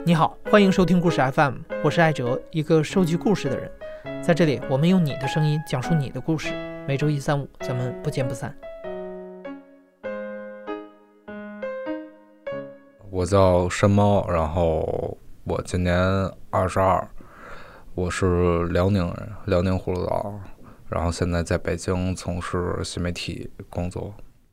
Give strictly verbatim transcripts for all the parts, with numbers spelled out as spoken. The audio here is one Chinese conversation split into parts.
你好，欢迎收听故事 F M， 我是艾哲，一个收集故事的人。在这里，我们用你的声音讲述你的故事。每周一、三、五，咱们不见不散。 我叫申猫，然后我今年二十二，我是辽宁人，辽宁葫芦岛，然后现在在北京从事新媒体工作。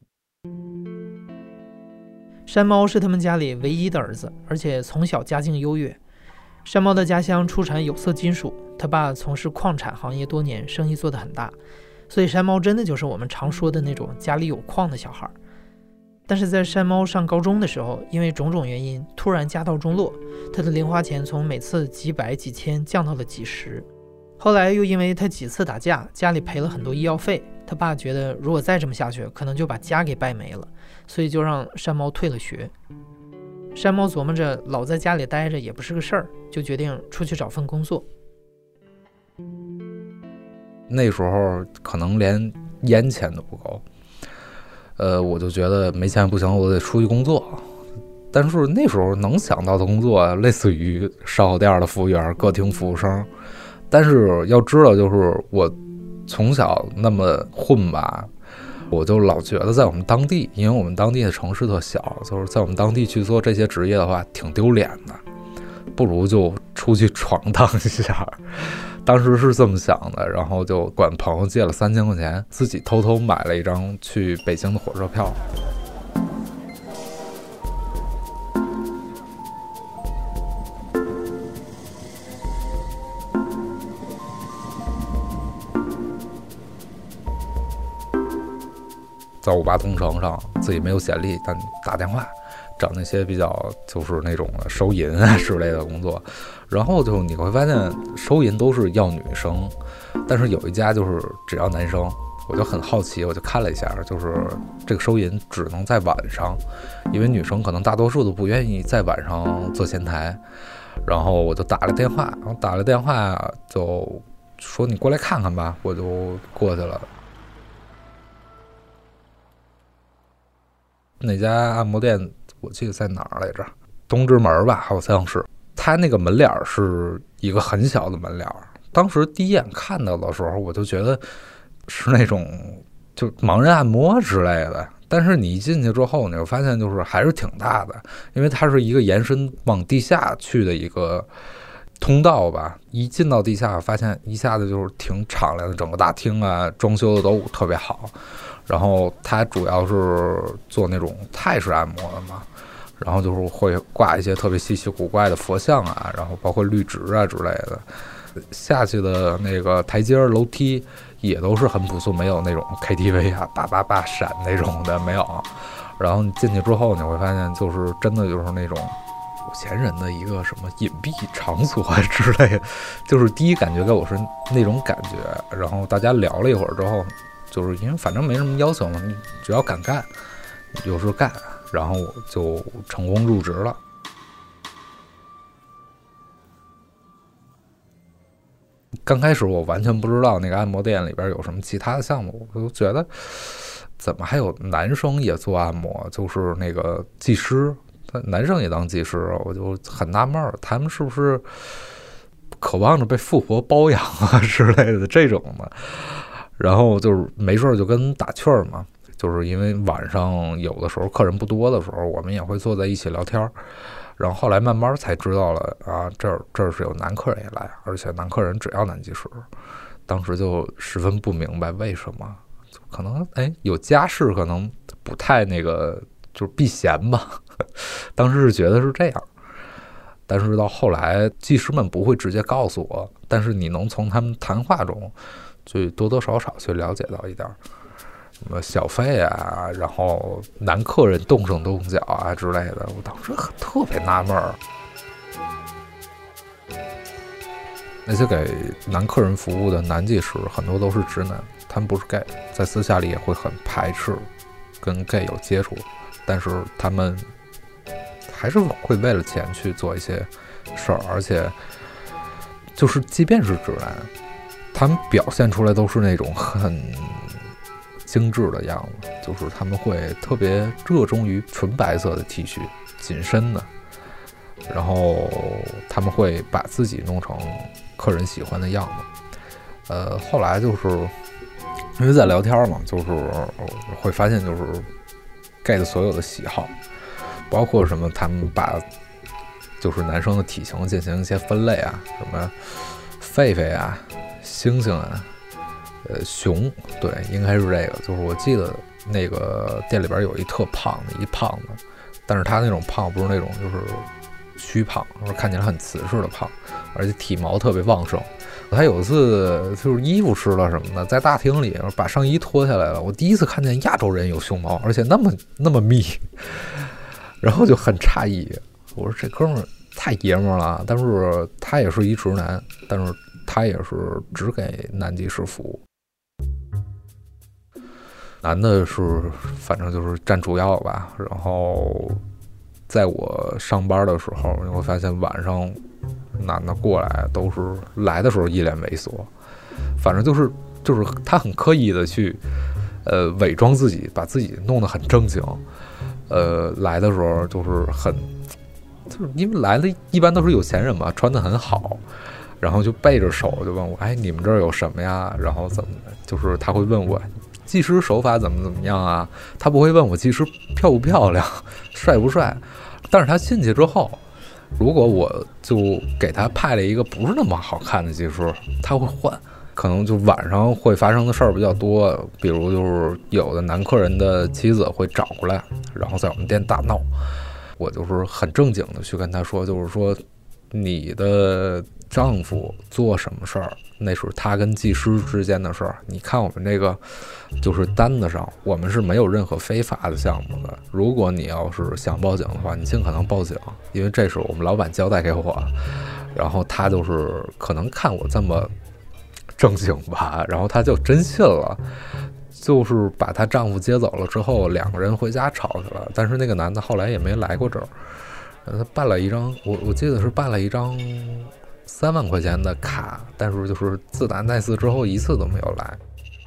山猫是他们家里唯一的儿子，而且从小家境优越。山猫的家乡出产有色金属，他爸从事矿产行业多年，生意做得很大，所以山猫真的就是我们常说的那种家里有矿的小孩。但是在山猫上高中的时候，因为种种原因突然家道中落，他的零花钱从每次几百几千降到了几十。后来又因为他几次打架，家里赔了很多医药费，他爸觉得如果再这么下去可能就把家给败没了，所以就让山猫退了学。山猫琢磨着老在家里待着也不是个事儿，就决定出去找份工作。 那时候可能连烟钱都不够，呃，我就觉得没钱不行，我得出去工作。但是那时候能想到的工作类似于烧烤店的服务员、歌厅服务生，但是要知道就是我从小那么混吧，我就老觉得在我们当地，因为我们当地的城市特小，就是在我们当地去做这些职业的话挺丢脸的，不如就出去闯荡一下。当时是这么想的，然后就管朋友借了三千块钱，自己偷偷买了一张去北京的火车票。在五八同城上，自己没有简历，但打电话找那些比较就是那种收银啊之类的工作，然后就你会发现收银都是要女生，但是有一家就是只要男生，我就很好奇，我就看了一下，就是这个收银只能在晚上，因为女生可能大多数都不愿意在晚上做前台，然后我就打了电话，然后打了电话就说你过来看看吧，我就过去了。那家按摩店我记得在哪儿来着，东直门吧，好像是。他那个门脸是一个很小的门脸，当时第一眼看到的时候我就觉得是那种就盲人按摩之类的，但是你一进去之后你会发现就是还是挺大的，因为它是一个延伸往地下去的一个通道吧，一进到地下发现一下子就是挺敞亮的，整个大厅啊装修的都特别好，然后它主要是做那种泰式按摩的嘛，然后就是会挂一些特别稀奇古怪的佛像啊，然后包括绿植啊之类的，下去的那个台阶楼梯也都是很朴素，没有那种 K T V 啊叭叭叭闪那种的没有，然后你进去之后你会发现就是真的就是那种有钱人的一个什么隐蔽场所之类的，就是第一感觉给我是那种感觉。然后大家聊了一会儿之后，就是因为反正没什么要求嘛，你只要敢干你就是干，然后就成功入职了。刚开始我完全不知道那个按摩店里边有什么其他的项目，我就觉得怎么还有男生也做按摩，就是那个技师男生也当技师，我就很纳闷，他们是不是渴望着被富婆包养啊之类的这种的。然后就是没事就跟打趣嘛，就是因为晚上有的时候客人不多的时候，我们也会坐在一起聊天。然后后来慢慢才知道了啊，这儿这儿是有男客人也来，而且男客人只要男技师。当时就十分不明白为什么，就可能哎有家室，可能不太那个就是避嫌吧。当时是觉得是这样，但是到后来技师们不会直接告诉我，但是你能从他们谈话中就多多少少去了解到一点什么小费啊，然后男客人动手动脚啊之类的，我当时特别纳闷儿。那些给男客人服务的男技师很多都是直男，他们不是 gay， 在私下里也会很排斥跟 gay 有接触，但是他们还是会为了钱去做一些事儿，而且就是即便是直男，他们表现出来都是那种很精致的样子，就是他们会特别热衷于纯白色的 T 恤，紧身的， 然后他们会把自己弄成客人喜欢的样子。呃，后来就是因为在聊天嘛，就是会发现就是 gay 的所有的喜好，包括什么，他们把就是男生的体型进行一些分类啊，什么狒狒啊、猩猩啊、呃熊，对，应该是这个。就是我记得那个店里边有一特胖的一胖子，但是他那种胖不是那种就是虚胖，而是看起来很瓷实的胖，而且体毛特别旺盛。他有一次就是衣服湿了什么的，在大厅里把上衣脱下来了，我第一次看见亚洲人有胸毛，而且那么那么密，然后就很诧异。我说这哥们儿太爷们儿了，但是他也是一直男，但是他也是只给男技师服务。男的是反正就是占主要吧，然后在我上班的时候，你会发现晚上男的过来都是来的时候一脸猥琐，反正就是就是他很刻意的去呃伪装自己，把自己弄得很正经，呃来的时候就是很就是因为来的一般都是有钱人嘛，穿得很好，然后就背着手就问我，哎，你们这儿有什么呀？然后怎么就是他会问我技师手法怎么怎么样啊？他不会问我技师漂不漂亮、帅不帅，但是他进去之后，如果我就给他派了一个不是那么好看的技师，他会换。可能就晚上会发生的事儿比较多，比如就是有的男客人的妻子会找过来，然后在我们店大闹，我就是很正经的去跟他说，就是说你的丈夫做什么事儿，那是他跟技师之间的事儿。你看我们这个就是单子上，我们是没有任何非法的项目的。如果你要是想报警的话，你尽可能报警，因为这是我们老板交代给我。然后他就是可能看我这么正经吧，然后他就真信了，就是把她丈夫接走了之后，两个人回家吵去了。但是那个男的后来也没来过这儿，他办了一张，我我记得是办了一张三万块钱的卡，但是就是自打那次之后一次都没有来。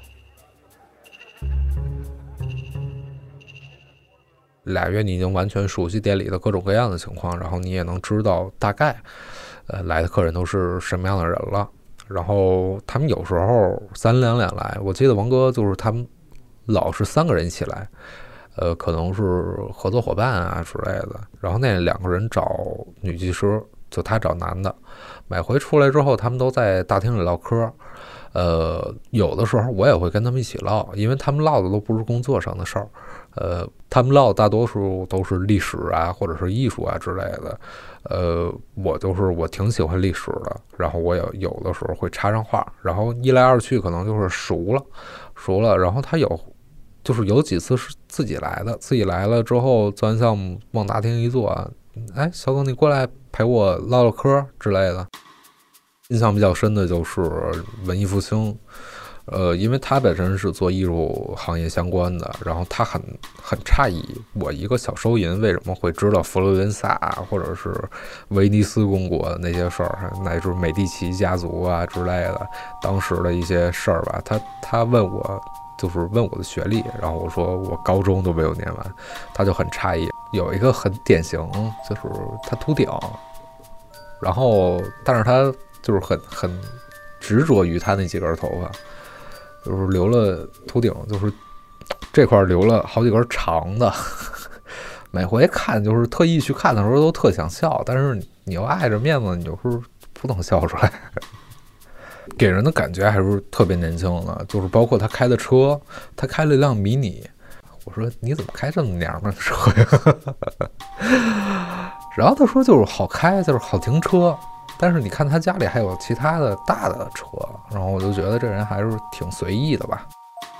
俩月你已经完全熟悉店里的各种各样的情况，然后你也能知道大概呃来的客人都是什么样的人了。然后他们有时候三两两来，我记得王哥就是他们老是三个人一起来，呃，可能是合作伙伴啊之类的。然后那两个人找女技师，就他找男的。每回出来之后，他们都在大厅里唠嗑。呃，有的时候我也会跟他们一起唠，因为他们唠的都不是工作上的事儿。呃，他们唠大多数都是历史啊，或者是艺术啊之类的。呃，我就是我挺喜欢历史的，然后我也有的时候会插上话，然后一来二去可能就是熟了，熟了。然后他有，就是有几次是自己来的，自己来了之后做完项目往大厅一坐，哎，小董你过来陪我唠唠嗑之类的。印象比较深的就是文艺复兴。呃，因为他本身是做艺术行业相关的，然后他很很诧异，我一个小收银为什么会知道佛罗伦萨或者是威尼斯公国那些事儿，乃至美第奇家族啊之类的，当时的一些事儿吧。他他问我，就是问我的学历，然后我说我高中都没有念完，他就很诧异。有一个很典型，就是他秃顶，然后但是他就是很很执着于他那几根头发。就是留了秃顶，就是这块留了好几根长的，每回看就是特意去看的时候都特想笑，但是你又碍着面子，你就是不能笑出来，给人的感觉还是特别年轻的。就是包括他开的车，他开了一辆迷你，我说你怎么开这么娘们的车呀？然后他说就是好开，就是好停车。但是你看他家里还有其他的大的车，然后我就觉得这人还是挺随意的吧。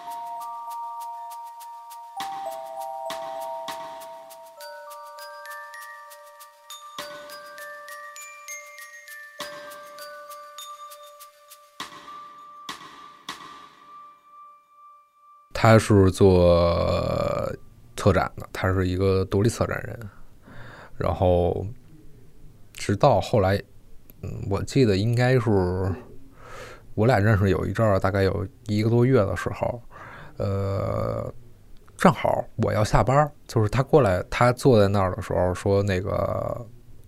他是做策展的，他是一个独立策展人，然后直到后来。嗯，我记得应该是我俩认识有一阵儿，大概有一个多月的时候，呃，正好我要下班，就是他过来，他坐在那儿的时候说那个，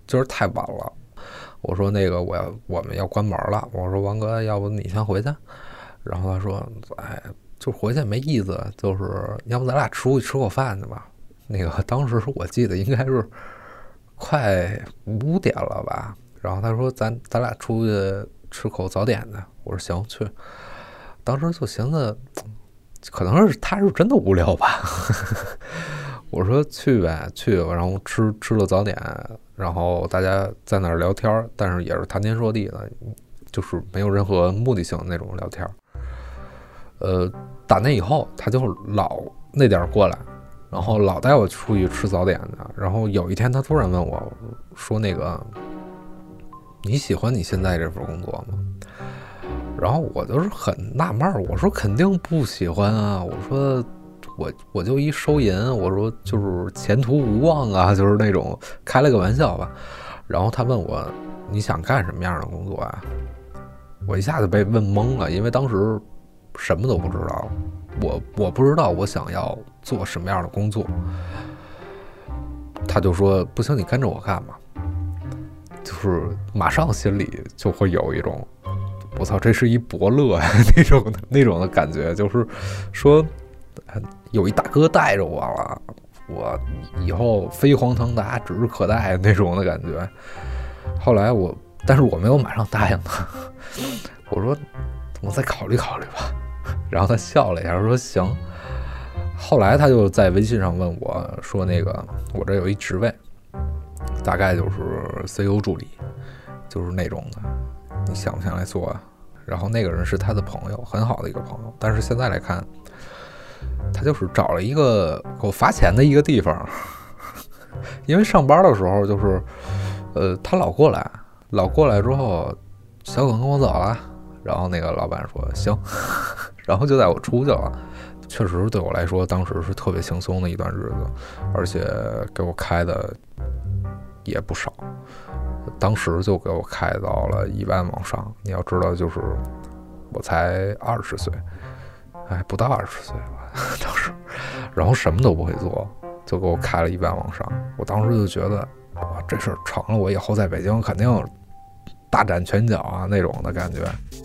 今儿太晚了。我说那个我要我们要关门了，我说王哥，要不你先回去。然后他说，哎，就回去没意思，就是要不咱俩出去吃口饭去吧。那个当时我记得应该是快五点了吧。然后他说咱咱俩出去吃口早点去。我说行，去。当时就寻思，可能是他是真的无聊吧。我说去呗，去，然后吃吃了早点，然后大家在那儿聊天，但是也是谈天说地的，就是没有任何目的性的那种聊天。呃，打那以后，他就老那点过来，然后老带我出去吃早点的。然后有一天，他突然问我说：“那个，你喜欢你现在这份工作吗？”然后我就是很纳闷，我说肯定不喜欢啊，我说。我我就一收银，我说就是前途无望啊，就是那种开了个玩笑吧。然后他问我你想干什么样的工作啊？我一下子被问懵了，因为当时什么都不知道，我我不知道我想要做什么样的工作。他就说不行，你跟着我干嘛。就是马上心里就会有一种我操，这是一伯乐呀那种的那种的感觉，就是说。有一大哥带着我了，我以后飞黄腾达指日可待那种的感觉。后来我，但是我没有马上答应他，我说我再考虑考虑吧。然后他笑了一下说行。后来他就在微信上问我说，那个我这有一职位，大概就是 C E O 助理，就是那种的，你想不想来做啊？然后那个人是他的朋友，很好的一个朋友，但是现在来看。他就是找了一个给我罚钱的一个地方，因为上班的时候就是，呃，他老过来，老过来之后，小耿跟我走了，然后那个老板说行，然后就带我出去了。确实对我来说，当时是特别轻松的一段日子，而且给我开的也不少，当时就给我开到了一万往上。你要知道，就是我才二十岁。哎，不到二十岁吧，当时，然后什么都不会做，就给我开了一万往上。我当时就觉得，哇，这事儿成了，我以后在北京肯定大展拳脚啊那种的感觉。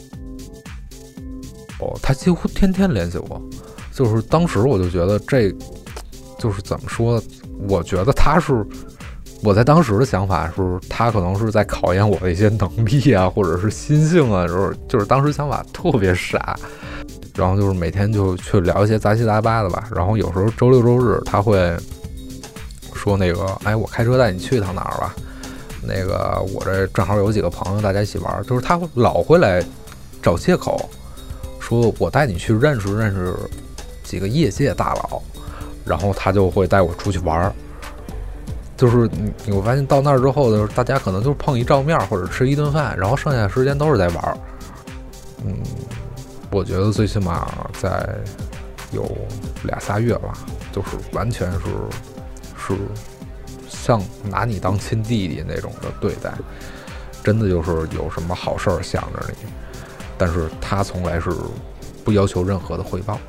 哦，他几乎天天联系我，就是当时我就觉得这，就是怎么说，我觉得他是，我在当时的想法是，他可能是在考验我的一些能力啊，或者是心性啊，就是就是当时想法特别傻。然后就是每天就去聊一些杂七杂八的吧，然后有时候周六周日他会说那个，哎，我开车带你去一趟哪儿吧，那个我这正好有几个朋友大家一起玩，就是他老会来找借口说我带你去认识认识几个业界大佬，然后他就会带我出去玩。就是你你会发现到那儿之后的大家可能就是碰一照面或者吃一顿饭，然后剩下的时间都是在玩。嗯我觉得最起码在有俩仨月吧，就是完全是是像拿你当亲弟弟那种的对待，真的就是有什么好事儿想着你，但是他从来是不要求任何的回报。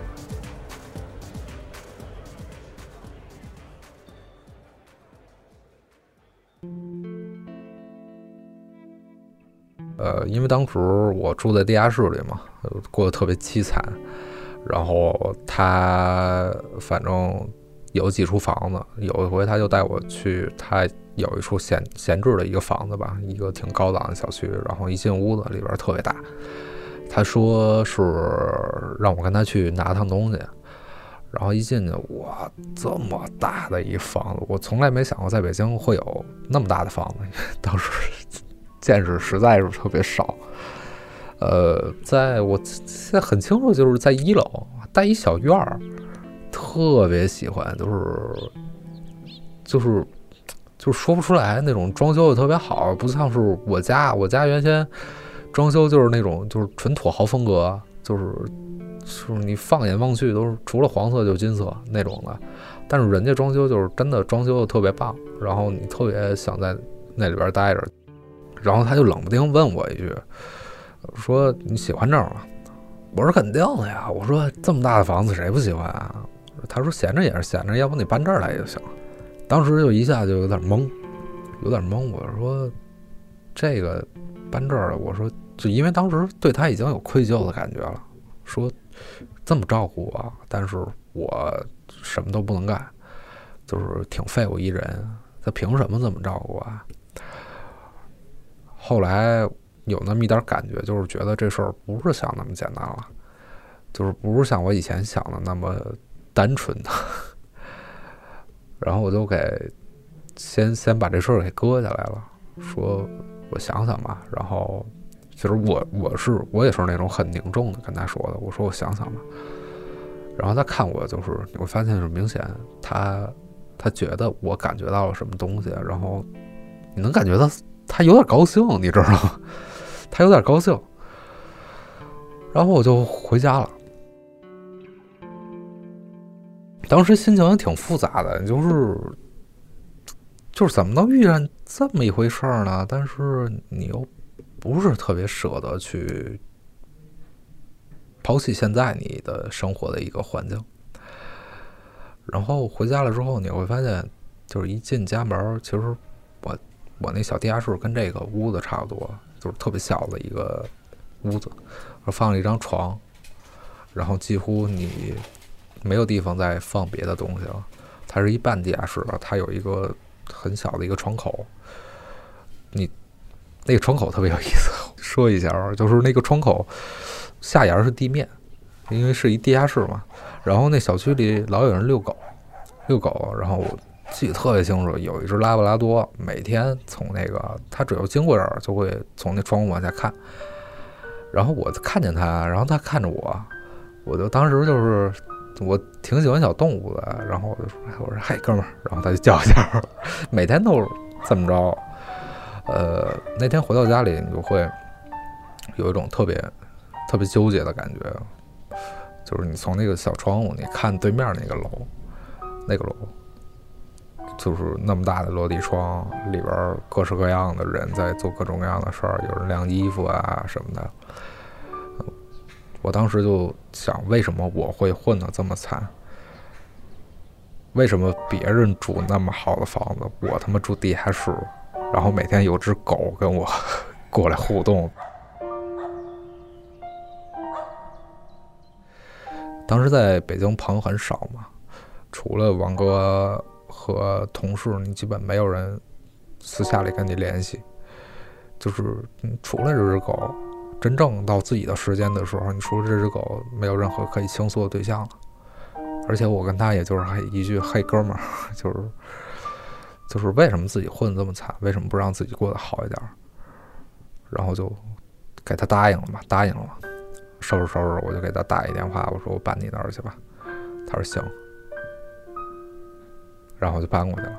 呃，因为当时我住在地下室里嘛，过得特别凄惨。然后他反正有几处房子，有一回他就带我去，他有一处闲闲置的一个房子吧，一个挺高档的小区。然后一进屋子里边特别大，他说是让我跟他去拿趟东西。然后一进去，哇，这么大的一房子，我从来没想过在北京会有那么大的房子，当时见识实在是特别少。呃，在我现在很清楚，就是在一楼带一小院儿，特别喜欢，就是就是就是说不出来那种装修的特别好，不像是我家，我家原先装修就是那种就是纯土豪风格，就是就是你放眼望去都是除了黄色就金色那种的，但是人家装修就是真的装修的特别棒，然后你特别想在那里边待着。然后他就冷不丁问我一句，说你喜欢这儿吗？我说肯定的呀，我说这么大的房子谁不喜欢啊？他说闲着也是闲着，要不你搬这儿来就行。当时就一下就有点懵， 有点懵，我说这个搬这儿了，我说就因为当时对他已经有愧疚的感觉了，说这么照顾我，但是我什么都不能干，就是挺废物一人，他凭什么这么照顾我？后来有那么一点感觉，就是觉得这事儿不是想那么简单了，就是不是像我以前想的那么单纯的。然后我就给先先把这事儿给搁下来了，说我想想吧。然后其实我我是我也是那种很凝重的跟他说的，我说我想想吧。然后他看我，就是你会发现是明显他他觉得我感觉到了什么东西，然后你能感觉到他有点高兴，你知道吗？他有点高兴。然后我就回家了。当时心情也挺复杂的，就是就是怎么能遇见这么一回事儿呢？但是你又不是特别舍得去抛弃现在你的生活的一个环境。然后回家了之后，你会发现，就是一进家门，其实我我那小地下室跟这个屋子差不多，就是特别小的一个屋子，放了一张床，然后几乎你没有地方再放别的东西了。它是一半地下室，它有一个很小的一个窗口。你那个窗口特别有意思，说一下，就是那个窗口下沿是地面，因为是一地下室嘛。然后那小区里老有人遛狗，遛狗，然后我记得特别清楚，有一只拉布拉多，每天从那个它只要经过这儿，就会从那窗户往下看。然后我看见它，然后它看着我，我就当时就是我挺喜欢小动物的，然后我就说，我说嗨哥们儿，然后他就叫一下，每天都是这么着。呃，那天回到家里，你就会有一种特别特别纠结的感觉，就是你从那个小窗户，你看对面那个楼，那个楼就是那么大的落地窗，里边各式各样的人在做各种各样的事儿，有人晾衣服啊什么的。我当时就想，为什么我会混得这么惨？为什么别人住那么好的房子，我他妈住地下室，然后每天有只狗跟我过来互动？当时在北京朋友很少嘛，除了王哥和同事，你基本没有人私下里跟你联系。就是除了这只狗，真正到自己的时间的时候，你除了这只狗，没有任何可以倾诉的对象了。而且我跟他也就是嘿一句嘿哥们儿，就是就是为什么自己混得这么惨，为什么不让自己过得好一点？然后就给他答应了嘛，答应了嘛。收拾收拾，我就给他打一电话，我说我搬你那儿去吧。他说行，然后就搬过去了。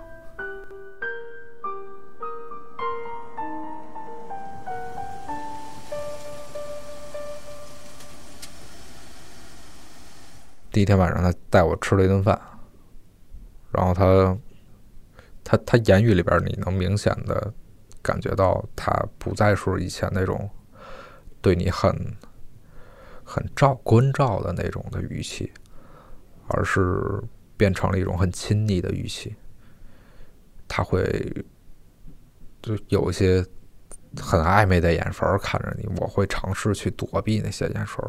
第一天晚上，他带我吃了一顿饭，然后他，他他言语里边你能明显的感觉到，他不再是以前那种对你很很照关照的那种的语气，而是变成了一种很亲昵的语气。他会就有一些很暧昧的眼神看着你，我会尝试去躲避那些眼神。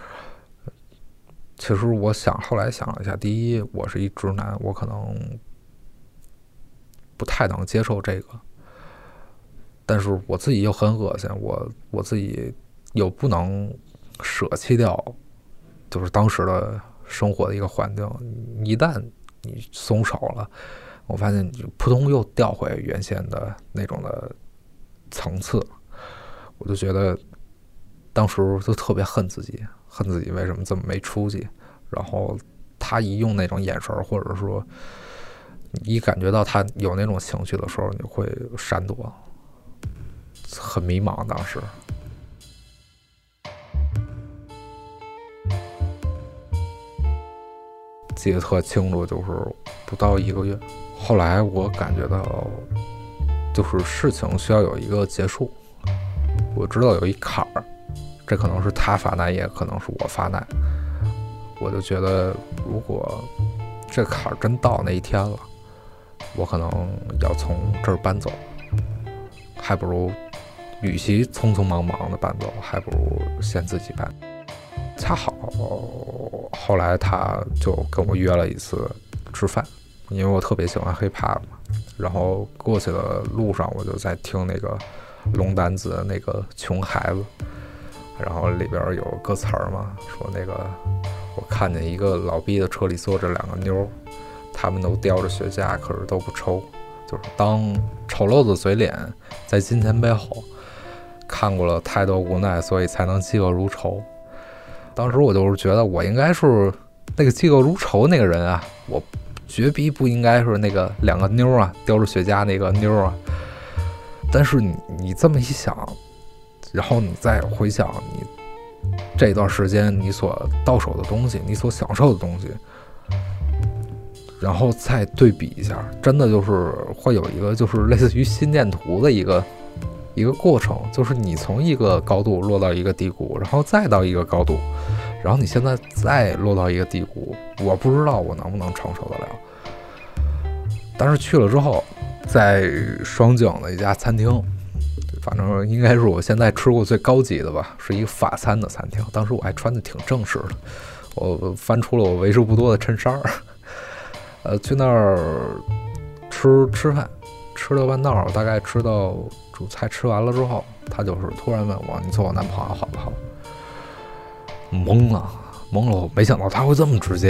其实我想后来想了一下，第一，我是一直男，我可能不太能接受这个，但是我自己又很恶心，我我自己又不能舍弃掉，就是当时的生活的一个环境。一旦你松手了，我发现你就扑通又掉回原先的那种的层次。我就觉得当时就特别恨自己，恨自己为什么这么没出息。然后他一用那种眼神，或者说你一感觉到他有那种情绪的时候，你会闪躲，很迷茫。当时记得特清楚，就是不到一个月，后来我感觉到就是事情需要有一个结束。我知道有一坎儿，这可能是他发难，也可能是我发难。我就觉得，如果这坎儿真到那一天了，我可能要从这儿搬走。 还不如与其匆匆忙忙的搬走，还不如先自己搬。恰好后来他就跟我约了一次吃饭，因为我特别喜欢hiphop嘛，然后过去的路上我就在听那个龙丹子的那个穷孩子，然后里边有歌词嘛，说那个我看见一个老逼的车里坐着两个妞，他们都叼着雪茄，可是都不抽，就是当丑陋的嘴脸在金钱背后，看过了太多无奈，所以才能嫉恶如仇。当时我就是觉得我应该是那个嫉恶如仇那个人啊，我绝逼不应该是那个两个妞啊，叼着雪茄那个妞啊。但是你你这么一想，然后你再回想你这段时间你所到手的东西，你所享受的东西，然后再对比一下，真的就是会有一个就是类似于心电图的一个一个过程，就是你从一个高度落到一个低谷，然后再到一个高度，然后你现在再落到一个低谷，我不知道我能不能承受得了。但是去了之后，在双井的一家餐厅，反正应该是我现在吃过最高级的吧，是一个法餐的餐厅。当时我还穿的挺正式的，我翻出了我为数不多的衬衫儿，呃，去那儿吃吃饭，吃了半道，大概吃到主菜吃完了之后，他就是突然问我：“你做我男朋友好不好？”懵了，懵了，我没想到他会这么直接，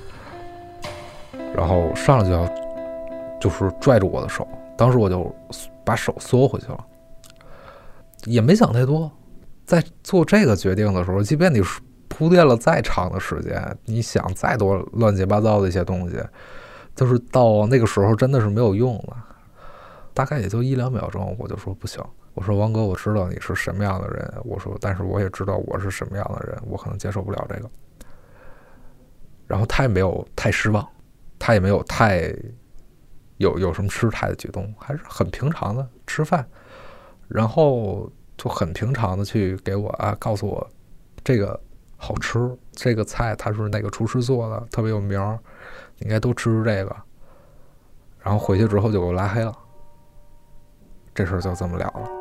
然后上来就要就是拽住我的手，当时我就把手缩回去了，也没想太多。在做这个决定的时候，即便你铺垫了再长的时间，你想再多乱七八糟的一些东西，就是到那个时候真的是没有用了。大概也就一两秒钟，我就说不行。我说王哥，我知道你是什么样的人，我说但是我也知道我是什么样的人，我可能接受不了这个。然后他也没有太失望，他也没有太有有什么失态的举动，还是很平常的吃饭，然后就很平常的去给我啊告诉我这个好吃，这个菜它是哪个厨师做的，特别有名，你应该多吃吃这个。然后回去之后就给我拉黑了，这事儿就这么了了。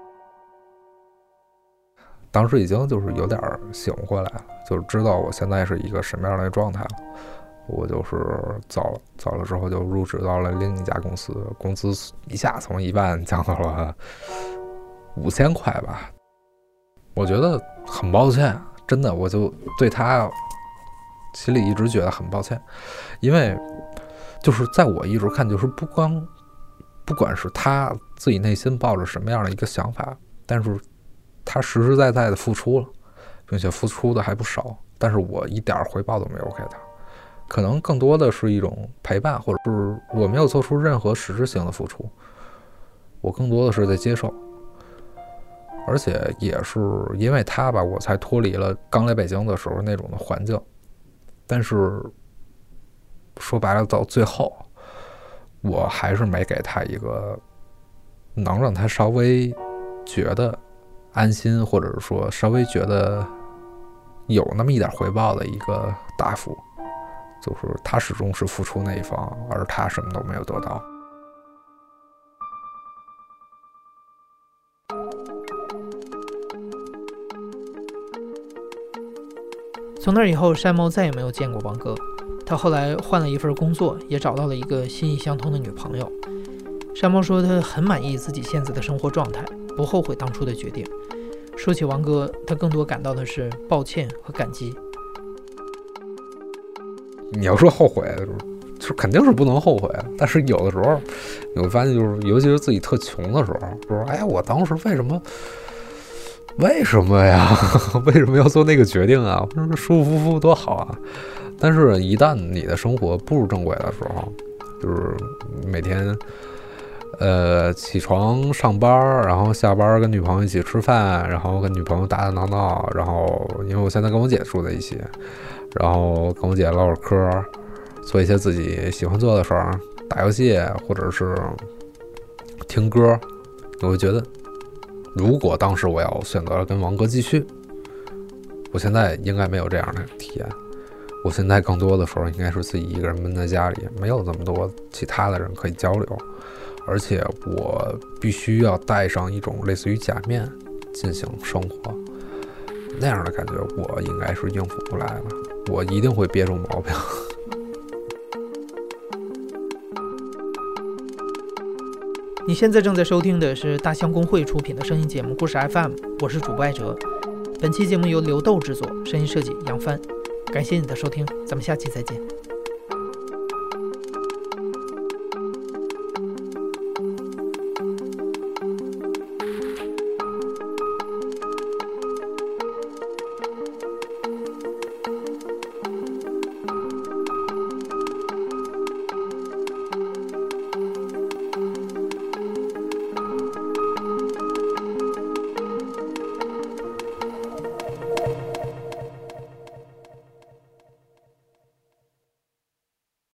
当时已经就是有点醒过来了，就是知道我现在是一个什么样的状态了。我就是走了，走了之后就入职到了另一家公司，工资一下从一万降到了五千块吧。我觉得很抱歉，真的，我就对他心里一直觉得很抱歉，因为就是在我一直看，就是不光不管是他自己内心抱着什么样的一个想法，但是他实实在在的付出了，并且付出的还不少，但是我一点回报都没有给他。可能更多的是一种陪伴，或者是我没有做出任何实质性的付出，我更多的是在接受。而且也是因为他吧，我才脱离了刚来北京的时候那种的环境。但是说白了，到最后我还是没给他一个能让他稍微觉得安心，或者是说稍微觉得有那么一点回报的一个答复，就是他始终是付出那一方，而他什么都没有得到。 从那以后，山猫再也没有见过王哥。他后来换了一份工作，也找到了一个心意相通的女朋友。山猫说他很满意自己现在的生活状态，不后悔当初的决定。说起王哥，他更多感到的是抱歉和感激。 你要说后悔，就是肯定是不能后悔，但是有的时候你会发现，就是尤其是自己特穷的时候，说哎，我当时为什么为什么呀？为什么要做那个决定啊？舒舒服服多好啊！但是，一旦你的生活步入正轨的时候，就是每天，呃，起床上班，然后下班跟女朋友一起吃饭，然后跟女朋友打打闹闹，然后因为我现在跟我姐住在一起，然后跟我姐唠会嗑，做一些自己喜欢做的事儿，打游戏或者是听歌，我会觉得，如果当时我要选择跟王哥继续，我现在应该没有这样的体验。我现在更多的时候应该是自己一个人闷在家里，没有这么多其他的人可以交流， 而且我必须要戴上一种类似于假面进行生活，那样的感觉我应该是应付不来的，我一定会憋出毛病。 你现在正在收听的是大象公会出品的声音节目故事 F M， 我是主播艾哲。本期节目由刘豆制作，声音设计杨帆。感谢你的收听，咱们下期再见。